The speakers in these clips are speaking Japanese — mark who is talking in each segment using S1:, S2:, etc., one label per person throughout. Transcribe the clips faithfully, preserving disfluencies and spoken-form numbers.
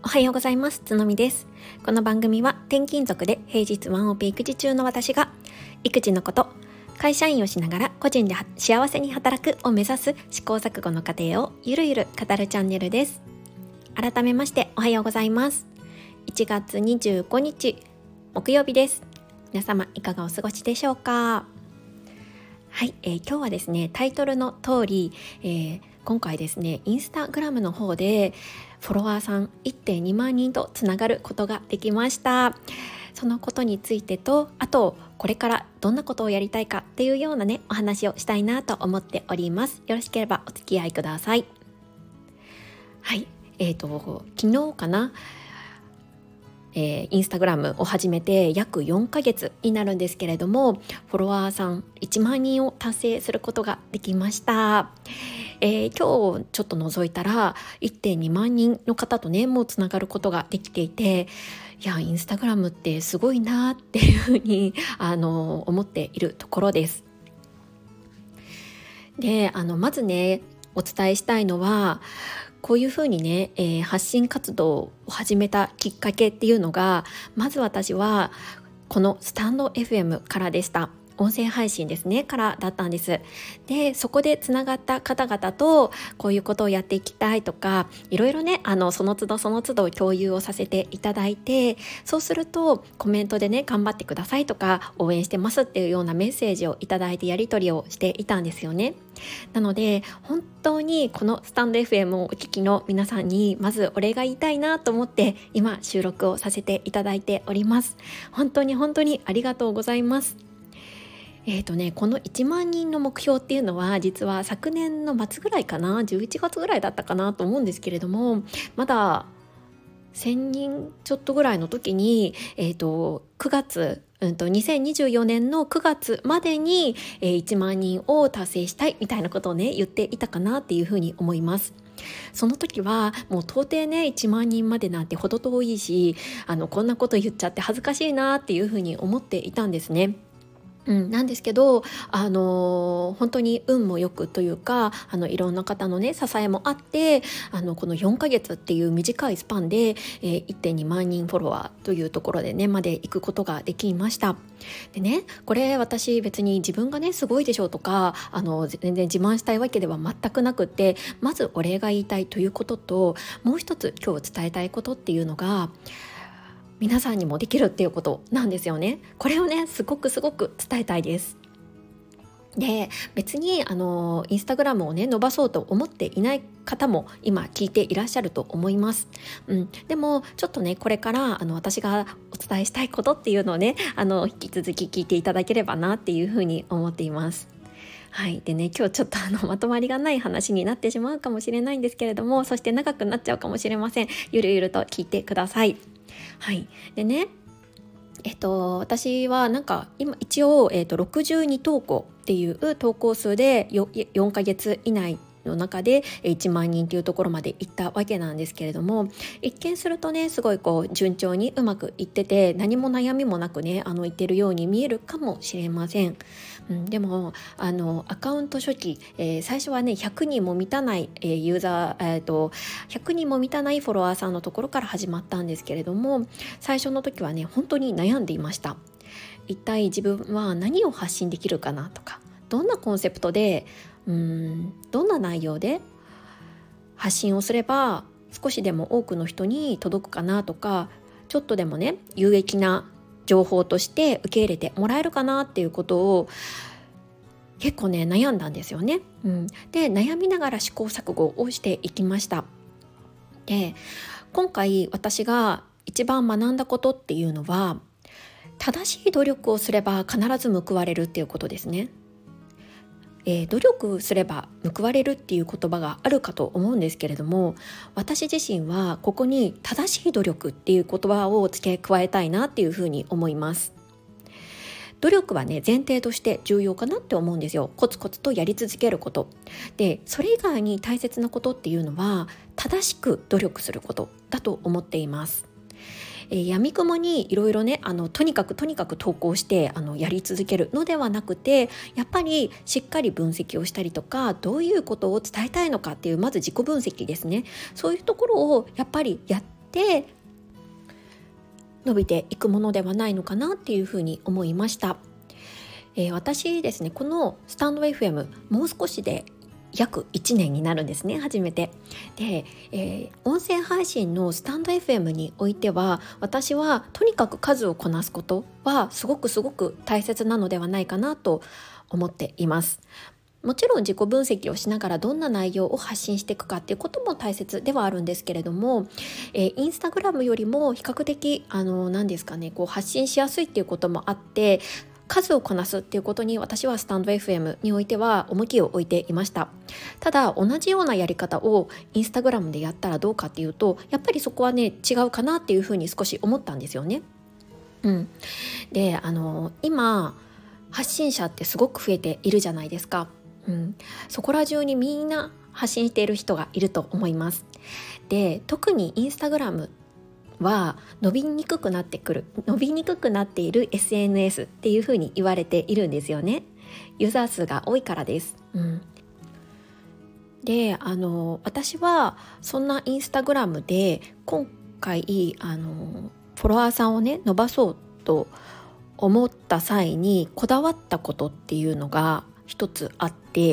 S1: おはようございます。つのみです。この番組は転勤族で平日ワンオペ育児中の私が育児のこと、会社員をしながら個人で幸せに働くを目指す試行錯誤の過程をゆるゆる語るチャンネルです。改めましておはようございます。いちがつにじゅうごにち木曜日です。皆様いかがお過ごしでしょうか。はい、えー、今日はですね、タイトルの通り、えー、今回ですね、インスタグラムの方でフォロワーさん いってんにまんにんとつながることができました。そのことについてと、あとこれからどんなことをやりたいかっていうようなね、お話をしたいなと思っております。よろしければお付き合いください。はい、えーと昨日かな、えー、インスタグラムを始めて約よんかげつになるんですけれども、フォロワーさんいちまんにんを達成することができました。えー、今日ちょっと覗いたら いってんにまんにんの方とね、もうつながることができていて、いやインスタグラムってすごいなっていうふうにあの思っているところです。で、あのまずね、お伝えしたいのは、こういうふうにね、えー、発信活動を始めたきっかけっていうのが、まず私はこのスタンド エフエム からでした。音声配信ですねからだったんです。で、そこでつながった方々とこういうことをやっていきたいとか、いろいろね、あのその都度その都度共有をさせていただいて、そうするとコメントでね、頑張ってくださいとか、応援してますっていうようなメッセージをいただいて、やり取りをしていたんですよね。なので本当にこのスタンド エフエム をお聞きの皆さんにまずお礼が言いたいなと思って今収録をさせていただいております。本当に本当にありがとうございます。えーとね、このいちまんにんの目標っていうのは実は昨年の末ぐらいかな、じゅういちがつぐらいだったかなと思うんですけれども、まだせんにんちょっとぐらいの時に、えーとくがつ、うん、とにせんにじゅうよねんのくがつまでに、えー、いちまんにんを達成したいみたいなことをね言っていたかなっていうふうに思います。その時はもう到底ねいちまんにんまでなんて程遠いし、あのこんなこと言っちゃって恥ずかしいなっていうふうに思っていたんですね。うん、なんですけど、あのー、本当に運もよくというか、あのいろんな方のね支えもあって、あのこのよんかげつっていう短いスパンで、えー、いってんにまんにんフォロワーというところでねまで行くことができました。でね、これ私別に自分がねすごいでしょうとか、あの全然自慢したいわけでは全くなくって、まずお礼が言いたいということと、もう一つ今日伝えたいことっていうのが、皆さんにもできるっていうことなんですよね。これをねすごくすごく伝えたいです。で、別にあのインスタグラムをね伸ばそうと思っていない方も今聞いていらっしゃると思います。うん、でもちょっとねこれからあの私がお伝えしたいことっていうのをね、あの引き続き聞いていただければなっていうふうに思っています。はい、でね、今日ちょっとあのまとまりがない話になってしまうかもしれないんですけれども、そして長くなっちゃうかもしれません。ゆるゆると聞いてください。はい、でね、えっと、私はなんか今一応、えっと、ろくじゅうに投稿っていう投稿数で よ, よんかげつ以内の中でいちまんにんというところまで行ったわけなんですけれども、一見するとねすごいこう順調にうまくいってて、何も悩みもなくねあのいってるように見えるかもしれません。うん、でもあのアカウント初期、えー、最初はねひゃくにんも満たない、えー、ユーザー、えーと、ひゃくにんも満たないフォロワーさんのところから始まったんですけれども、最初の時はね本当に悩んでいました。一体自分は何を発信できるかなとか、どんなコンセプトで、うーんどんな内容で発信をすれば少しでも多くの人に届くかなとか、ちょっとでもね有益な情報として受け入れてもらえるかなっていうことを結構ね悩んだんですよね。うん、で悩みながら試行錯誤をしていきました。で、今回私が一番学んだことっていうのは、正しい努力をすれば必ず報われるっていうことですね。えー、努力すれば報われるっていう言葉があるかと思うんですけれども、私自身はここに正しい努力っていう言葉を付け加えたいなっていうふうに思います。努力はね前提として重要かなって思うんですよ。コツコツとやり続けることで、それ以外に大切なことっていうのは正しく努力することだと思っています。えー、闇雲にいろいろねあのとにかくとにかく投稿してあのやり続けるのではなくて、やっぱりしっかり分析をしたりとか、どういうことを伝えたいのかっていうまず自己分析ですね。そういうところをやっぱりやってて伸びていくものではないのかなっていうふうに思いました。えー、私ですね、このスタンド エフエム、もう少しで約いちねんになるんですね、初めて。で、えー、音声配信のスタンド エフエム においては、私はとにかく数をこなすことはすごくすごく大切なのではないかなと思っています。もちろん自己分析をしながらどんな内容を発信していくかっていうことも大切ではあるんですけれども、えー、インスタグラムよりも比較的あの何ですかね、こう発信しやすいっていうこともあって、数をこなすっていうことに私はスタンド エフエム においては重きを置いていました。ただ同じようなやり方をインスタグラムでやったらどうかっていうと、やっぱりそこはね違うかなっていうふうに少し思ったんですよね。うん、であの今発信者ってすごく増えているじゃないですか。うん、そこら中にみんな発信している人がいると思います。で、特にインスタグラムは伸びにくくなってくる伸びにくくなっている エスエヌエス っていうふうに言われているんですよね。ユーザー数が多いからです。うん、であの私はそんなインスタグラムで今回あのフォロワーさんをね伸ばそうと思った際にこだわったことっていうのが一つあって、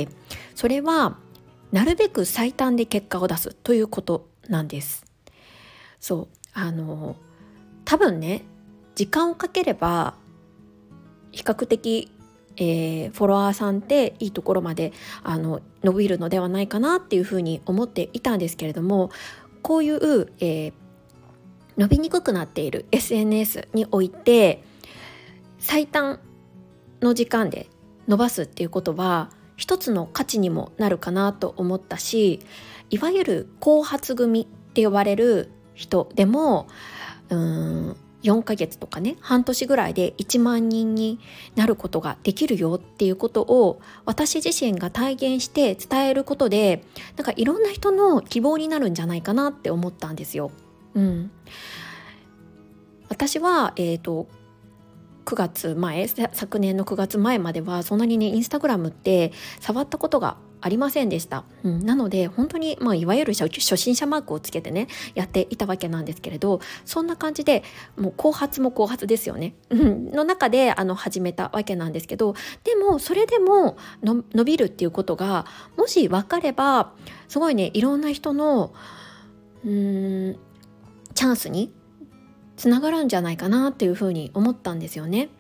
S1: それはなるべく最短で結果を出すということなんです。そうあの多分ね、時間をかければ比較的、えー、フォロワーさんっていいところまであの伸びるのではないかなっていうふうに思っていたんですけれども、こういう、えー、伸びにくくなっている エスエヌエス において最短の時間で伸ばすっていうことは一つの価値にもなるかなと思ったし、いわゆる後発組って呼ばれる人でもうーんよんかげつとかね半年ぐらいでいちまんにんになることができるよっていうことを私自身が体現して伝えることで、なんかいろんな人の希望になるんじゃないかなって思ったんですよ。うん、私はえーとくがつまえ昨年のくがつまえまではそんなにねインスタグラムって触ったことがありませんでした。うん、なので本当に、まあ、いわゆる初心者マークをつけてねやっていたわけなんですけれど、そんな感じでもう後発も後発ですよね、うん、の中であの始めたわけなんですけど、でもそれでもの伸びるっていうことがもし分かればすごいねいろんな人のうーんチャンスにつながるんじゃないかなっていうふうに思ったんですよね。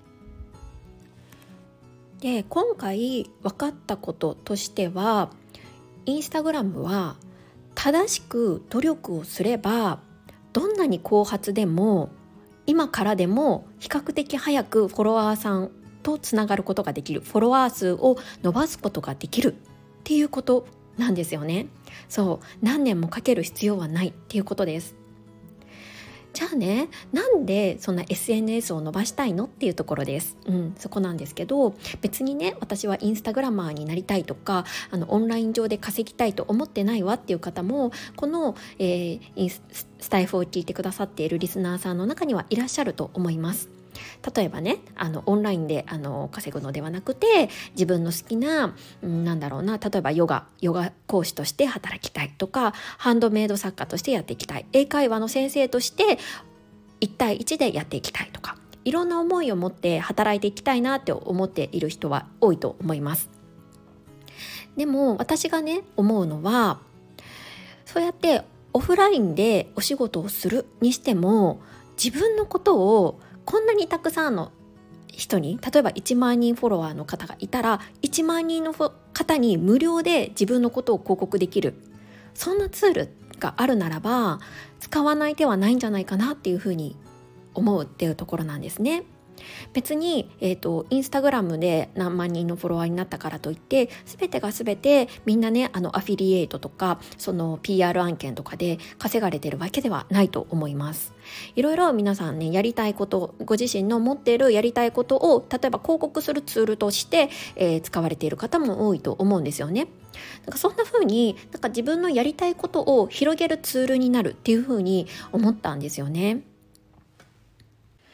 S1: で、今回分かったこととしては、インスタグラムは正しく努力をすればどんなに後発でも今からでも比較的早くフォロワーさんとつながることができる、フォロワー数を伸ばすことができるっていうことなんですよね。そう、何年もかける必要はないっていうことです。じゃあね、なんでそんな エスエヌエス を伸ばしたいのっていうところです。うん、そこなんですけど、別にね、私はインスタグラマーになりたいとか、あのオンライン上で稼ぎたいと思ってないわっていう方も、この、えー、インススタイフを聞いてくださっているリスナーさんの中にはいらっしゃると思います。例えばね、あのオンラインであの稼ぐのではなくて、自分の好きな、うん、なんだろうな、例えばヨガヨガ講師として働きたいとか、ハンドメイド作家としてやっていきたい、英会話の先生としていち対いちでやっていきたいとか、いろんな思いを持って働いていきたいなって思っている人は多いと思います。でも私がね思うのは、そうやってオフラインでお仕事をするにしても、自分のことをこんなにたくさんの人に、例えばいちまんにんフォロワーの方がいたらいちまんにんの方に無料で自分のことを広告できる、そんなツールがあるならば使わない手はないんじゃないかなっていうふうに思うっていうところなんですね。別に、えーと、インスタグラムで何万人のフォロワーになったからといって全てが全てみんなね、あのアフィリエイトとかその ピーアール 案件とかで稼がれてるわけではないと思います。いろいろ皆さんね、やりたいこと、ご自身の持っているやりたいことを例えば広告するツールとして、えー、使われている方も多いと思うんですよね。なんかそんな風になんか自分のやりたいことを広げるツールになるっていう風に思ったんですよね。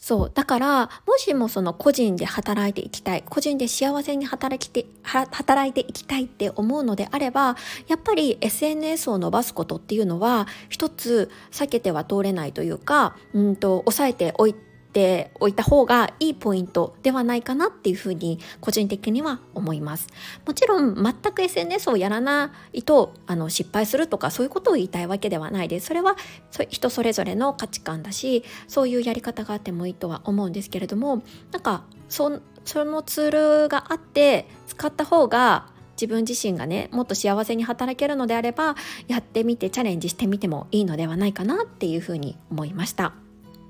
S1: そうだからもしもその個人で働いていきたい、個人で幸せに働きては働いていきたいって思うのであれば、やっぱり エスエヌエス を伸ばすことっていうのは一つ避けては通れないというか、うんと抑えておいてておいた方がいいポイントではないかなっていうふうに個人的には思います。もちろん全く エスエヌエス をやらないとあの失敗するとかそういうことを言いたいわけではないです。それは人それぞれの価値観だし、そういうやり方があってもいいとは思うんですけれども、なんか そ, そのツールがあって使った方が自分自身がねもっと幸せに働けるのであれば、やってみてチャレンジしてみてもいいのではないかなっていうふうに思いました。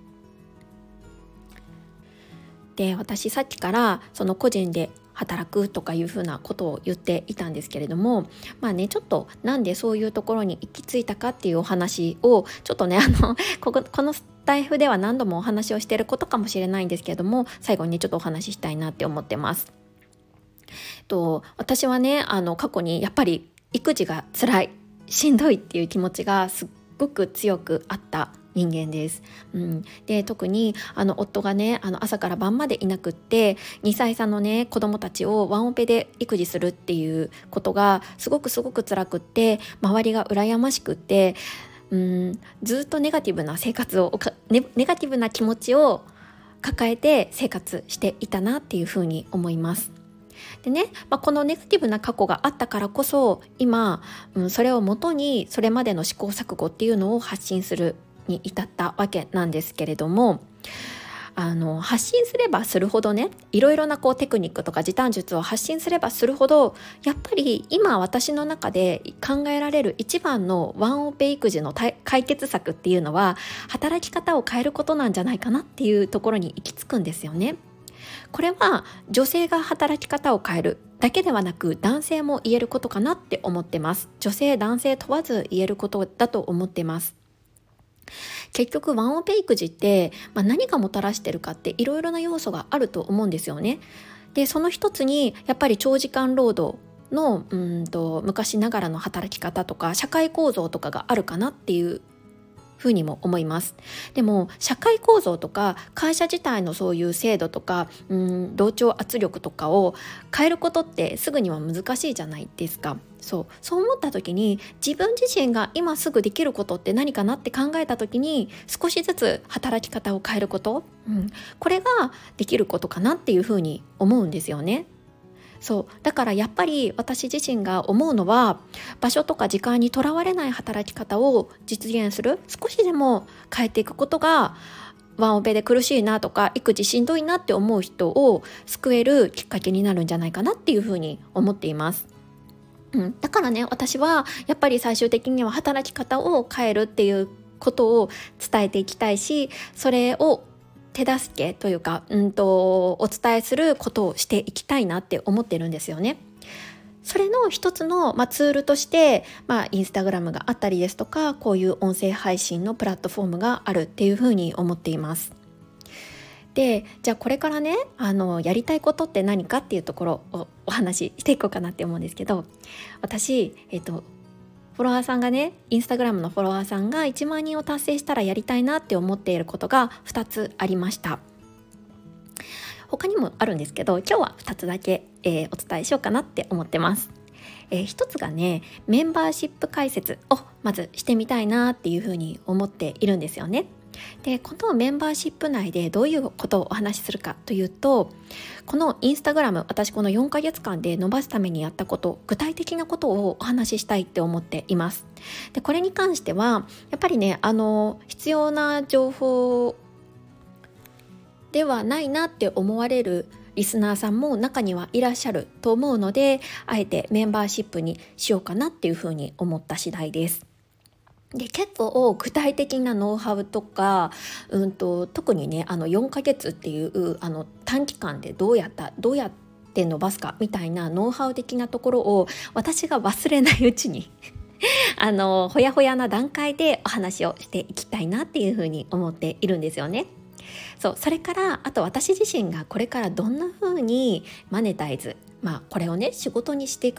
S1: で、私さっきからその個人で働くとかいうふうなことを言っていたんですけれども、まあね、ちょっとなんでそういうところに行き着いたかっていうお話をちょっとねあのここ、このスタイフでは何度もお話をしていることかもしれないんですけれども、最後にちょっとお話ししたいなって思ってます。と私はねあの過去にやっぱり育児が辛い、しんどいっていう気持ちがすっごく強くあった人間です、うん、で特にあの夫がねあの朝から晩までいなくってにさい差のね子供たちをワンオペで育児するっていうことがすごくすごく辛くって、周りが羨ましくって、うん、ずっとネガティブな生活をネ、ネガティブな気持ちを抱えて生活していたなっていうふうに思います。でね、まあ、このネガティブな過去があったからこそ今、うん、それをもとにそれまでの試行錯誤っていうのを発信するに至ったわけなんですけれども、あの発信すればするほどね、いろいろなこうテクニックとか時短術を発信すればするほど、やっぱり今私の中で考えられる一番のワンオペ育児の解決策っていうのは働き方を変えることなんじゃないかなっていうところに行き着くんですよね。これは女性が働き方を変えるだけではなく男性も言えることかなって思ってます。女性男性問わず言えることだと思ってます。結局ワンオペ育児って、まあ、何がもたらしてるかっていろいろな要素があると思うんですよね。でその一つにやっぱり長時間労働のうんと昔ながらの働き方とか社会構造とかがあるかなっていうふうにも思います。でも社会構造とか会社自体のそういう制度とかうん同調圧力とかを変えることってすぐには難しいじゃないですか。そうそう思った時に自分自身が今すぐできることって何かなって考えた時に少しずつ働き方を変えること、うん、これができることかなっていうふうに思うんですよね。そうだからやっぱり私自身が思うのは、場所とか時間にとらわれない働き方を実現する、少しでも変えていくことがワンオペで苦しいなとか育児しんどいなって思う人を救えるきっかけになるんじゃないかなっていうふうに思っています。うん、だからね私はやっぱり最終的には働き方を変えるっていうことを伝えていきたいし、それを手助けというか、うんとお伝えすることをしていきたいなって思ってるんですよね。それの一つの、まあ、ツールとして、まあ、インスタグラムがあったりですとか、こういう音声配信のプラットフォームがあるっていうふうに思っています。でじゃあこれからねあのやりたいことって何かっていうところをお話ししていこうかなって思うんですけど、私、えっと、フォロワーさんがねインスタグラムのフォロワーさんがいちまんにんを達成したらやりたいなって思っていることがふたつありました。他にもあるんですけど今日はふたつだけ、えー、お伝えしようかなって思ってます。えー、ひとつがねメンバーシップ開設をまずしてみたいなっていうふうに思っているんですよね。でこのメンバーシップ内でどういうことをお話しするかというと、このインスタグラム私このよんかげつかんで伸ばすためにやったこと、具体的なことをお話ししたいって思っています。でこれに関してはやっぱりねあの必要な情報ではないなって思われるリスナーさんも中にはいらっしゃると思うので、あえてメンバーシップにしようかなっていうふうに思った次第です。で結構具体的なノウハウとか、うんと特にねあのよんかげつっていうあの短期間でどうやったどうやって伸ばすかみたいなノウハウ的なところを私が忘れないうちにあのほやほやな段階でお話をしていきたいなっていうふうに思っているんですよね。そうそれからあと私自身がこれからどんな風にマネタイズ、まあこれをね仕事にしていくか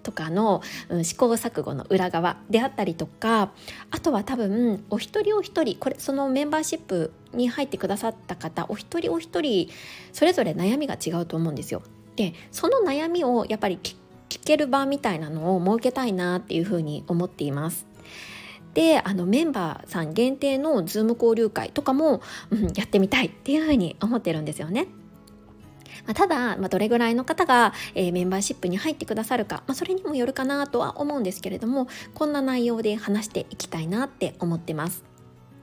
S1: とかの、うん、試行錯誤の裏側であったりとか、あとは多分お一人お一人、これそのメンバーシップに入ってくださった方お一人お一人それぞれ悩みが違うと思うんですよ。でその悩みをやっぱり聞ける場みたいなのを設けたいなっていうふうに思っています。であのメンバーさん限定のズーム交流会とかも、うん、やってみたいっていうふうに思ってるんですよね。まあ、ただ、まあ、どれぐらいの方が、えー、メンバーシップに入ってくださるか、まあ、それにもよるかなとは思うんですけれども、こんな内容で話していきたいなって思ってます。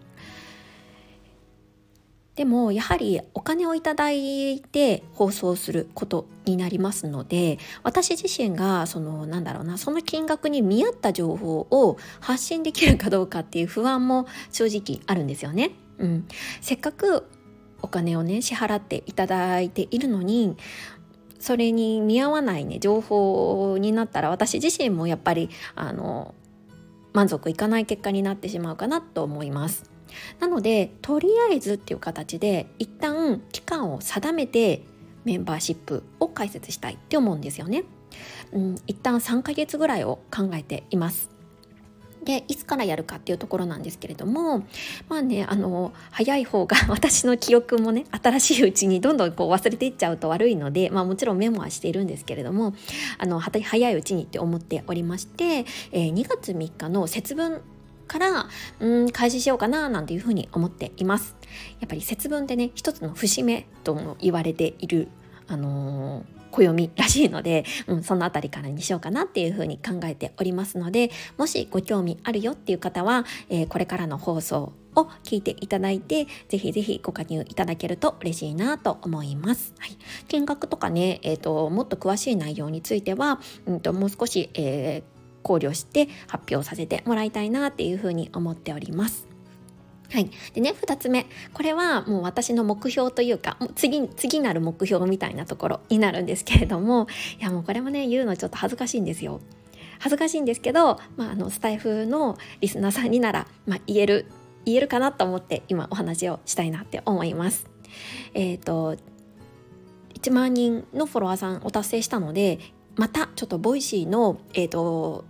S1: でもやはりお金をいただいて放送することになりますので、私自身がそのなんだろうなその金額に見合った情報を発信できるかどうかっていう不安も正直あるんですよね。うん、せっかくお金をね支払っていただいているのに、それに見合わないね情報になったら私自身もやっぱりあの満足いかない結果になってしまうかなと思います。なのでとりあえずっていう形で一旦期間を定めてメンバーシップを開設したいって思うんですよね。うん、一旦さんかげつぐらいを考えています。でいつからやるかっていうところなんですけれども、まあねあの早い方が私の記憶もね新しいうちにどんどんこう忘れていっちゃうと悪いので、まあ、もちろんメモはしているんですけれども、あの早いうちにって思っておりまして、えー、にがつみっかの節分からうん開始しようかななんていうふうに思っています。やっぱり節分ってね一つの節目とも言われている、あのー、暦らしいので、うん、そのあたりからにしようかなっていうふうに考えておりますので、もしご興味あるよっていう方は、えー、これからの放送を聞いていただいてぜひぜひご加入いただけると嬉しいなと思います。はい、金額とかね、えーと、もっと詳しい内容については、うんと、もう少し、えー考慮して発表させてもらいたいなっていうふうに思っております。はい、でねふたつめ、これはもう私の目標というかもう 次, 次なる目標みたいなところになるんですけれども、いやもうこれもね言うのちょっと恥ずかしいんですよ。恥ずかしいんですけど、まあ、あのスタイフのリスナーさんになら、まあ、言える言えるかなと思って今お話をしたいなって思います。えっといちまんにんのフォロワーさんを達成したので、またちょっとボイシーの、えーと、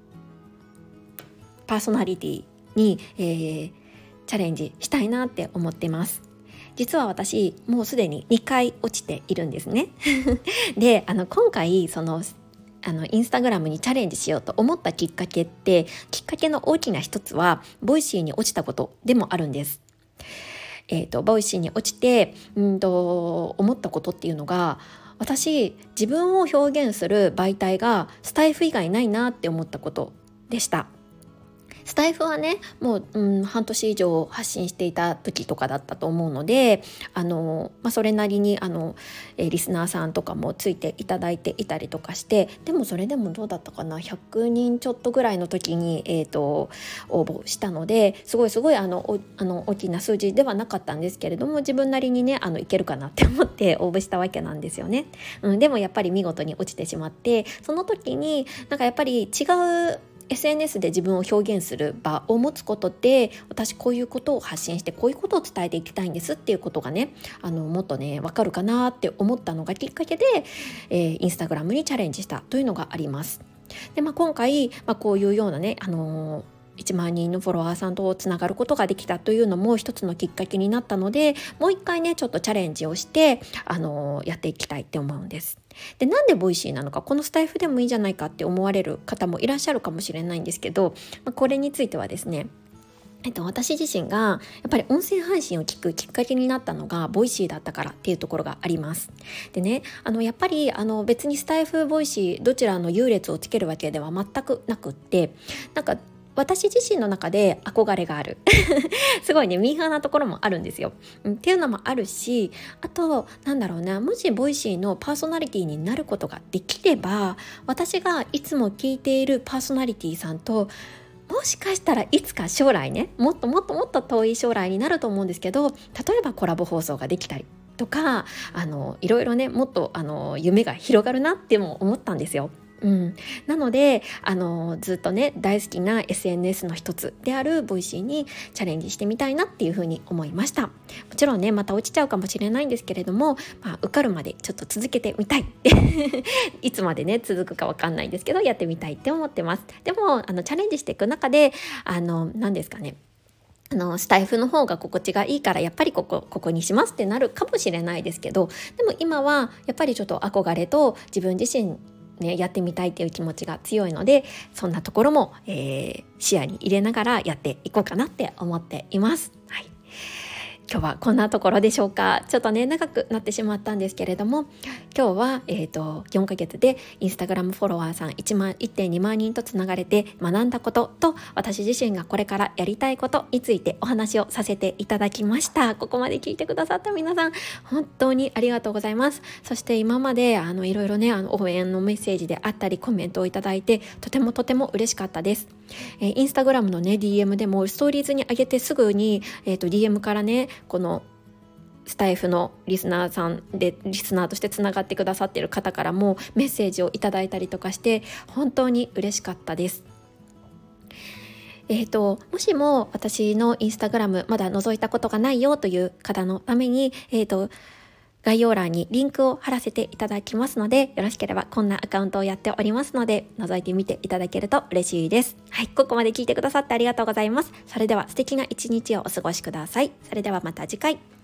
S1: パーソナリティに、えー、チャレンジしたいなって思ってます。実は私もうすでににかい落ちているんですねであの今回そのあのインスタグラムにチャレンジしようと思ったきっかけって、きっかけの大きな一つはボイシーに落ちたことでもあるんです。えーと、ボイシーに落ちてうんと思ったことっていうのが、私自分を表現する媒体がスタイフ以外ないなって思ったことでした。スタイフはねもう、うん、半年以上発信していた時とかだったと思うので、あの、まあ、それなりにあの、えー、リスナーさんとかもついていただいていたりとかして、でもそれでもどうだったかな、ひゃくにんちょっとぐらいの時に、えーと、応募したので、すごいすごいあのおあの大きな数字ではなかったんですけれども、自分なりにねあのいけるかなって思って応募したわけなんですよね。うん、でもやっぱり見事に落ちてしまって、その時になんかやっぱり違うエスエヌエス で自分を表現する場を持つことで、私こういうことを発信してこういうことを伝えていきたいんですっていうことがね、あのもっとね分かるかなって思ったのがきっかけで、えー、インスタグラムにチャレンジしたというのがあります。で、まあ、今回、まあ、こういうようなね、あのーいちまんにんのフォロワーさんとつながることができたというのも一つのきっかけになったので、もう一回ねちょっとチャレンジをして、あのー、やっていきたいって思うんです。で、なんでボイシーなのか、このスタイフでもいいんじゃないかって思われる方もいらっしゃるかもしれないんですけど、まあ、これについてはですね、えっと、私自身がやっぱり音声配信を聞くきっかけになったのがボイシーだったからっていうところがあります。でね、あのやっぱりあの別にスタイフボイシーどちらの優劣をつけるわけでは全くなくって、なんか私自身の中で憧れがあるすごいねミーハーなところもあるんですよ、うん、っていうのもあるし、あとなんだろうな、もしボイシーのパーソナリティになることができれば、私がいつも聞いているパーソナリティさんともしかしたらいつか将来ね、もっともっともっと遠い将来になると思うんですけど、例えばコラボ放送ができたりとか、あのいろいろねもっとあの夢が広がるなっても思ったんですよ。 うん、なのであのずっとね大好きな エスエヌエス の一つであるボイシーにチャレンジしてみたいなっていうふうに思いました。もちろんねまた落ちちゃうかもしれないんですけれども、まあ、受かるまでちょっと続けてみたいいつまでね続くかわかんないんですけどやってみたいって思ってます。でもあのチャレンジしていく中であの何ですかねあのスタイフの方が心地がいいからやっぱりここここにしますってなるかもしれないですけど、でも今はやっぱりちょっと憧れと自分自身ね、やってみたいっていう気持ちが強いので、そんなところも、えー、視野に入れながらやっていこうかなって思っています。はい、今日はこんなところでしょうか。ちょっとね長くなってしまったんですけれども、今日は、えーと、よんかげつでインスタグラムフォロワーさん いってんにまん人とつながれて学んだことと、私自身がこれからやりたいことについてお話をさせていただきました。ここまで聞いてくださった皆さん本当にありがとうございます。そして今まであのいろいろねあの応援のメッセージであったりコメントをいただいてとてもとても嬉しかったです。えー、インスタグラムのね ディーエム でもストーリーズに上げてすぐに、えーと、ディーエム からねこのスタイフのリスナーさんでリスナーとしてつながってくださっている方からもメッセージをいただいたりとかして本当に嬉しかったです。えーと、もしも私のインスタグラムまだ覗いたことがないよという方のために、えーと概要欄にリンクを貼らせていただきますので、よろしければこんなアカウントをやっておりますので覗いてみていただけると嬉しいです。はい、ここまで聞いてくださってありがとうございます。それでは素敵な一日をお過ごしください。それではまた次回。